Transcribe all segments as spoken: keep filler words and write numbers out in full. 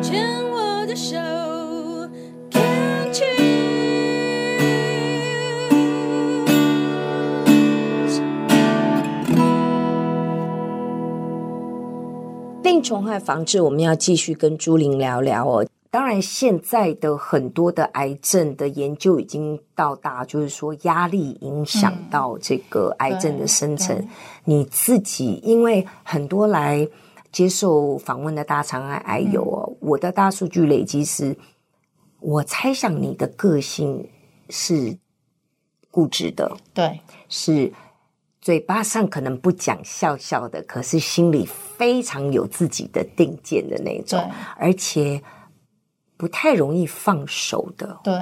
牵我的手 Can't you。 病虫害防治，我们要继续跟朱玲聊聊哦。当然，现在的很多的癌症的研究已经到达，就是说压力影响到这个癌症的生成。嗯、你自己，因为很多来接受访问的大肠癌癌友哦，嗯、我的大数据累积是，我猜想你的个性是固执的， 对， 是。嘴巴上可能不讲笑笑的，可是心里非常有自己的定见的那种，而且不太容易放手的。 对，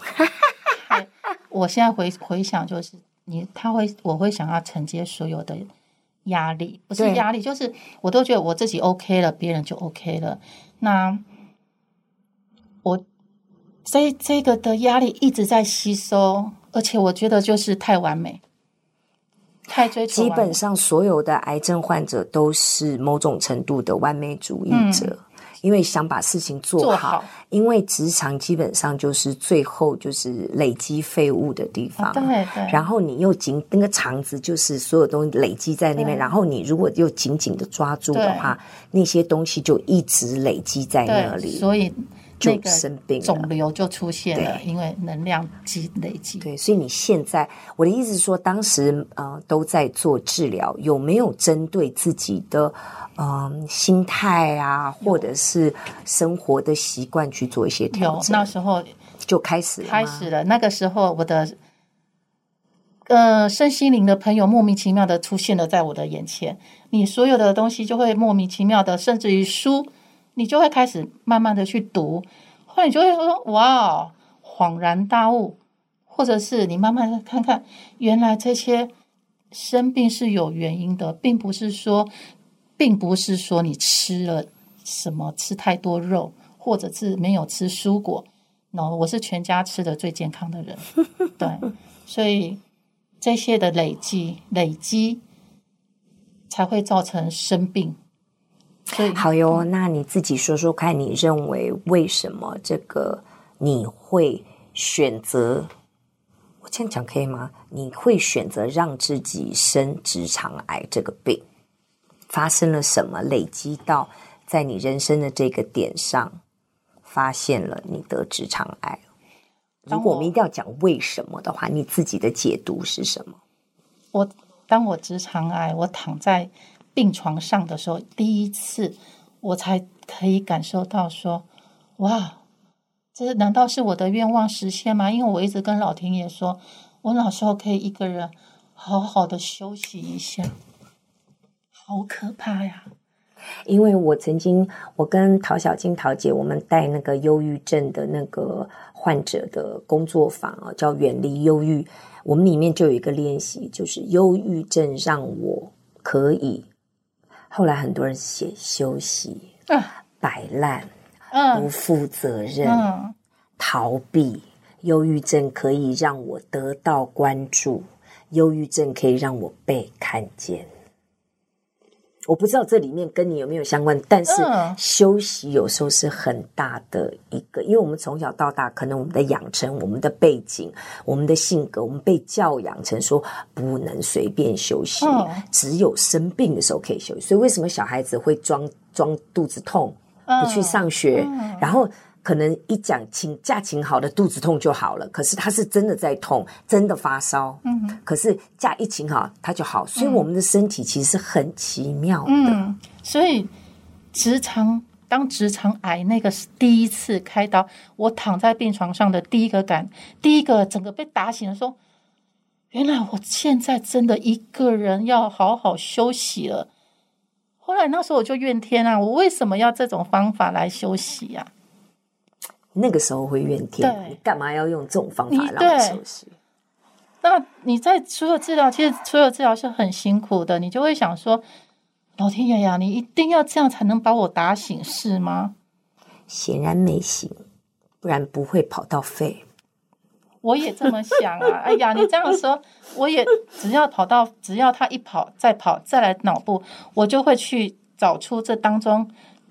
我现在回回想，就是你，他会，我会想要承接所有的压力，不是压力，就是我都觉得我自己 OK 了，别人就 OK 了。那我这这个的压力一直在吸收，而且我觉得就是太完美。太追求基本上所有的癌症患者都是某种程度的完美主义者，嗯、因为想把事情做好, 做好因为职场基本上就是最后就是累积废物的地方， 哦、对对， 然后你又紧那个肠子就是所有东西累积在那边，然后你如果又紧紧的抓住的话，那些东西就一直累积在那里， 所以就生病了， 肿瘤就出现了，因为能量积累积。 对，所以你现在，我的意思是说，当时呃都在做治疗，有没有针对自己的嗯、呃、心态啊，或者是生活的习惯去做一些调整？ 有，那时候就开始了吗？ 开始了。那个时候，我的呃身心灵的朋友莫名其妙的出现了在我的眼前，你所有的东西就会莫名其妙的，甚至于书。你就会开始慢慢的去读，后来你就会说哇，恍然大悟，或者是你慢慢的看看，原来这些生病是有原因的，并不是说，并不是说你吃了什么，吃太多肉，或者是没有吃蔬果。no， 我是全家吃的最健康的人，对，所以这些的累积累积才会造成生病。 好哟，那你自己说说看，你认为为什么这个你会选择，我这样讲可以吗？你会选择让自己生直肠癌这个病，发生了什么？累积到在你人生的这个点上，发现了你得直肠癌。如果我们一定要讲为什么的话，你自己的解读是什么？ 我当我直肠癌，我躺在病床上的时候，第一次我才可以感受到说，哇，这难道是我的愿望实现吗？因为我一直跟老天爷说，我哪时候可以一个人好好的休息一下，好可怕呀。 因为我曾经我跟陶小金陶姐我们带那个忧郁症的那个患者的工作坊啊，叫远离忧郁，我们里面就有一个练习，就是忧郁症让我可以，后来很多人写休息、嗯、摆烂、嗯、不负责任、嗯、逃避。忧郁症可以让我得到关注，忧郁症可以让我被看见。我不知道这里面跟你有没有相关，但是休息有时候是很大的一个，因为我们从小到大，可能我们的养成、我们的背景、我们的性格，我们被教养成说不能随便休息，只有生病的时候可以休息。所以为什么小孩子会装装肚子痛，不去上学，然后可能一讲请假请好的肚子痛就好了，可是他是真的在痛，真的发烧，嗯，可是假一请好他就好，所以我们的身体其实是很奇妙的。 嗯，所以直肠当直肠癌那个第一次开刀，我躺在病床上的第一个感，第一个整个被打醒的时候，原来我现在真的一个人要好好休息了。后来那时候我就怨天啊，我为什么要这种方法来休息啊？ 那个时候会怨天，你干嘛要用这种方法让我休息？ 那你在所有治疗，其实所有治疗是很辛苦的，你就会想说，老天爷呀，你一定要这样才能把我打醒是吗？ 显然没醒，不然不会跑到肺。 我也这么想啊！哎呀，你这样说，我也只要跑到，只要他一跑再跑再来脑部，我就会去找出这当中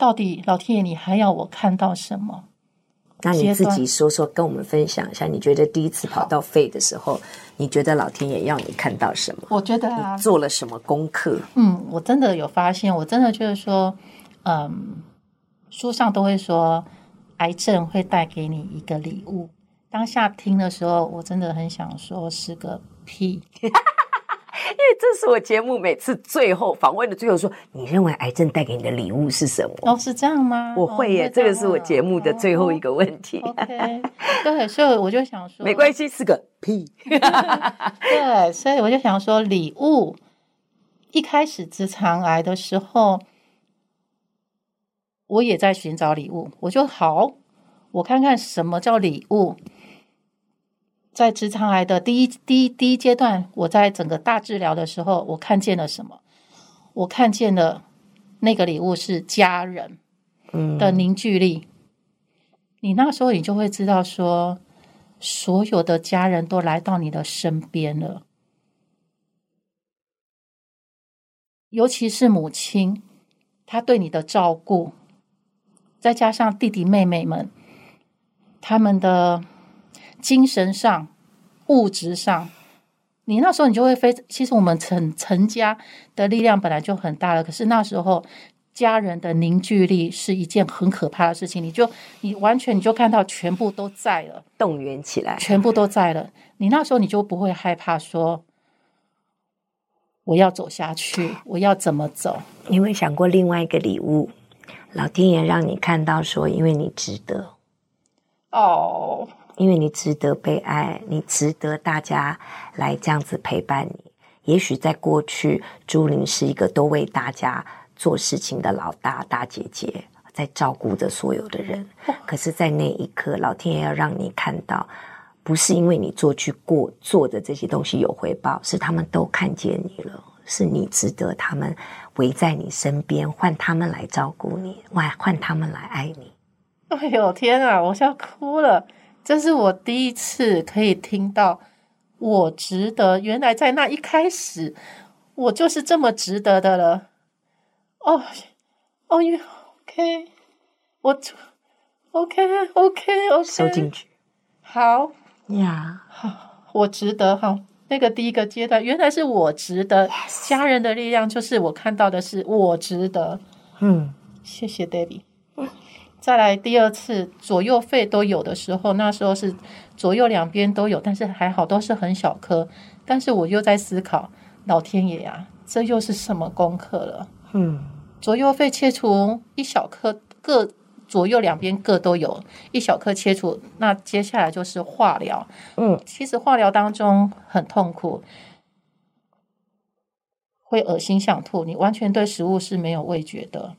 到底老天爷你还要我看到什么？ 那你自己说说，跟我们分享一下，你觉得第一次跑到肺的时候，你觉得老天爷要你看到什么？ 我觉得啊， 你做了什么功课？ 嗯，我真的有发现，我真的觉得说，嗯，书上都会说，癌症会带给你一个礼物。当下听的时候，我真的很想说是个屁。 因为这是我节目每次最后访问的最后说，你认为癌症带给你的礼物是什么？ 哦，是这样吗？ 我会耶， 哦、 这个是我节目的最后一个问题。 哦、OK， 对，所以我就想说， 没关系，是个屁。 对，所以我就想说，礼物一开始直肠癌的时候，我也在寻找礼物，我就好，我看看什么叫礼物。在直肠癌的第一第一第一阶段，我在整个大治疗的时候，我看见了什么？我看见了那个礼物是家人的凝聚力。嗯、你那时候你就会知道说，所有的家人都来到你的身边了，尤其是母亲，她对你的照顾，再加上弟弟妹妹们，他们的精神上、物质上，你那时候你就会非，其实我们成成家的力量本来就很大了，可是那时候家人的凝聚力是一件很可怕的事情，你就你完全你就看到全部都在了， 动员起来， 全部都在了。你那时候你就不会害怕说我要走下去，我要怎么走？ 你有没有想过另外一个礼物？老天爷让你看到说，因为你值得哦。Oh. 因为你值得被爱，你值得大家来这样子陪伴你。也许在过去，朱琳是一个都为大家做事情的老大大姐姐，在照顾着所有的人。可是在那一刻，老天爷要让你看到，不是因为你做去过做的这些东西有回报，是他们都看见你了，是你值得他们围在你身边，换他们来照顾你，换他们来爱你。 哎呦天啊，我要哭了！这是我第一次可以听到我值得，原来在那一开始我就是这么值得的了。哦哦 OK 我 OK OK OK 收进去。 好呀、yeah. 好，我值得。好，那个第一个阶段原来是我值得。yes. 家人的力量就是我看到的是我值得。 嗯， 谢谢 Debbie。再来第二次左右肺都有的时候，那时候是左右两边都有，但是还好都是很小颗。但是我又在思考，老天爷啊，这又是什么功课了？ 嗯， 左右肺切除一小颗，各左右两边各都有一小颗切除，那接下来就是化疗。 嗯， 其实化疗当中很痛苦，会恶心想吐，你完全对食物是没有味觉的。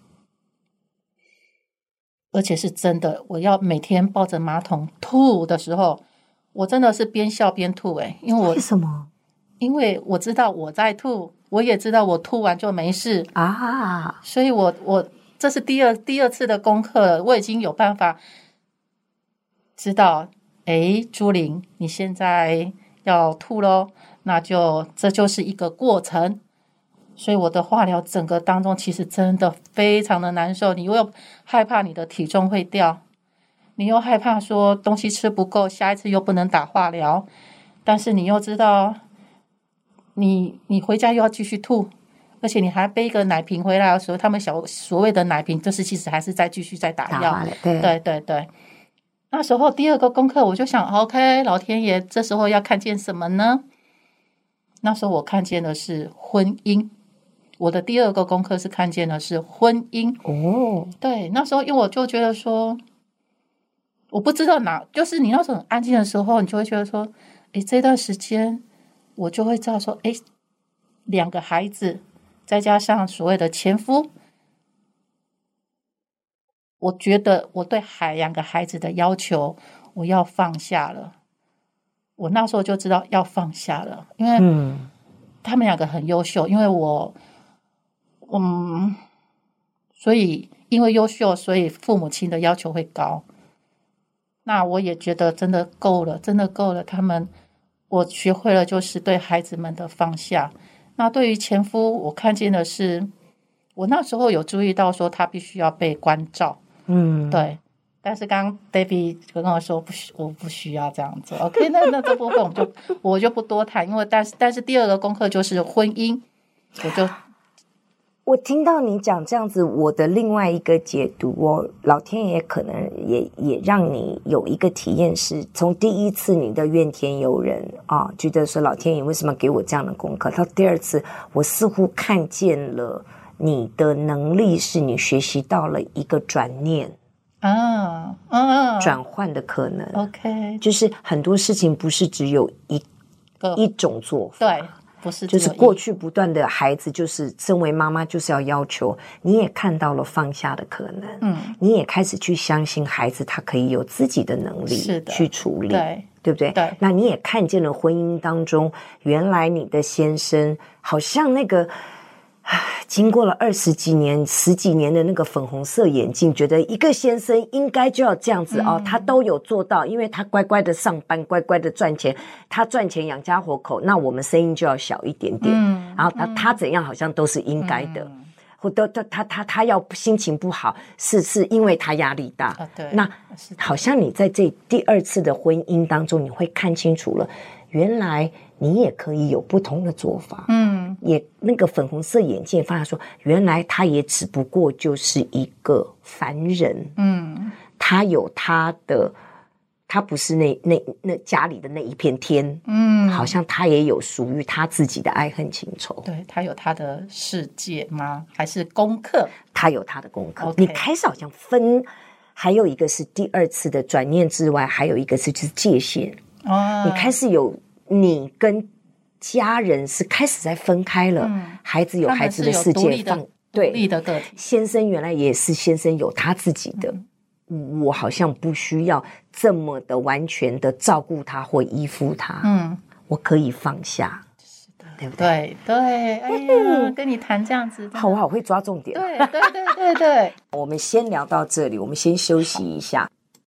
而且是真的，我要每天抱着马桶吐的时候，我真的是边笑边吐诶、欸、因为我为什么？ 因为我知道我在吐，我也知道我吐完就没事啊， 所以我我这是第二第二次的功课了，我已经有办法知道，诶，朱琳，你现在要吐咯，那就这就是一个过程。所以我的化疗整个当中其实真的非常的难受，你又害怕你的体重会掉，你又害怕说东西吃不够，下一次又不能打化疗，但是你又知道你你回家又要继续吐，而且你还背一个奶瓶回来的时候，他们小所谓的奶瓶就是其实还是在继续在打药。 打对对对对。那时候第二个功课我就想 OK 老天爷这时候要看见什么呢？那时候我看见的是婚姻，我的第二个功课是看见的是婚姻。 哦， 对，那时候因为我就觉得说我不知道哪，就是你那时候很安静的时候，你就会觉得说诶，这段时间我就会知道说诶，两个孩子再加上所谓的前夫，我觉得我对海两个孩子的要求我要放下了，我那时候就知道要放下了，因为他们两个很优秀，因为我嗯，所以因为优秀，所以父母亲的要求会高，那我也觉得真的够了，真的够了，他们我学会了就是对孩子们的放下。那对于前夫，我看见的是我那时候有注意到说他必须要被关照， 嗯， 对。但是刚刚 David 就跟我说不需我不需要这样做 ，OK， 那那这部分我就我就不多谈，因为但是但是第二个功课就是婚姻，我就我听到你讲这样子，我的另外一个解读哦，老天爷可能也也让你有一个体验是，从第一次你的怨天尤人啊，觉得说老天爷为什么给我这样的功课，到第二次我似乎看见了你的能力，是你学习到了一个转念。 啊啊， 转换的可能 ，OK， 就是很多事情不是只有一个一种做法， 对，不是就是过去不断的孩子，就是身为妈妈就是要要求，你也看到了放下的可能， 嗯， 你也开始去相信孩子他可以有自己的能力是的去处理， 对对不对？ 对， 那你也看见了婚姻当中，原来你的先生好像那个。经过了二十几年、十几年的那个粉红色眼镜，觉得一个先生应该就要这样子、嗯、哦，他都有做到，因为他乖乖的上班，乖乖的赚钱，他赚钱养家活口，那我们声音就要小一点点。嗯，然后他、嗯、他怎样好像都是应该的，嗯、或都他他他他要心情不好，是是因为他压力大。 啊、对， 那好像你在这第二次的婚姻当中，你会看清楚了，原来你也可以有不同的做法。嗯，也那个粉红色眼镜发现说，原来他也只不过就是一个凡人。嗯，他有他的，他不是那那那家里的那一片天。嗯，好像他也有属于他自己的爱恨情仇。 对，他有他的世界吗？还是功课？ 他有他的功课。 Okay. 你开始好像分，还有一个是第二次的转念之外，还有一个是就是界限。哦，你开始有。你跟家人是开始在分开了，嗯、孩子有孩子的世界放， 对，独立的个体。 先生原来也是先生有他自己的，嗯、我好像不需要这么的完全的照顾他或依附他，嗯，我可以放下， 是的， 对不对？ 对对，哎呀，跟你谈这样子， 好，我好会抓重点， 对对对对对。 我们先聊到这里，我们先休息一下。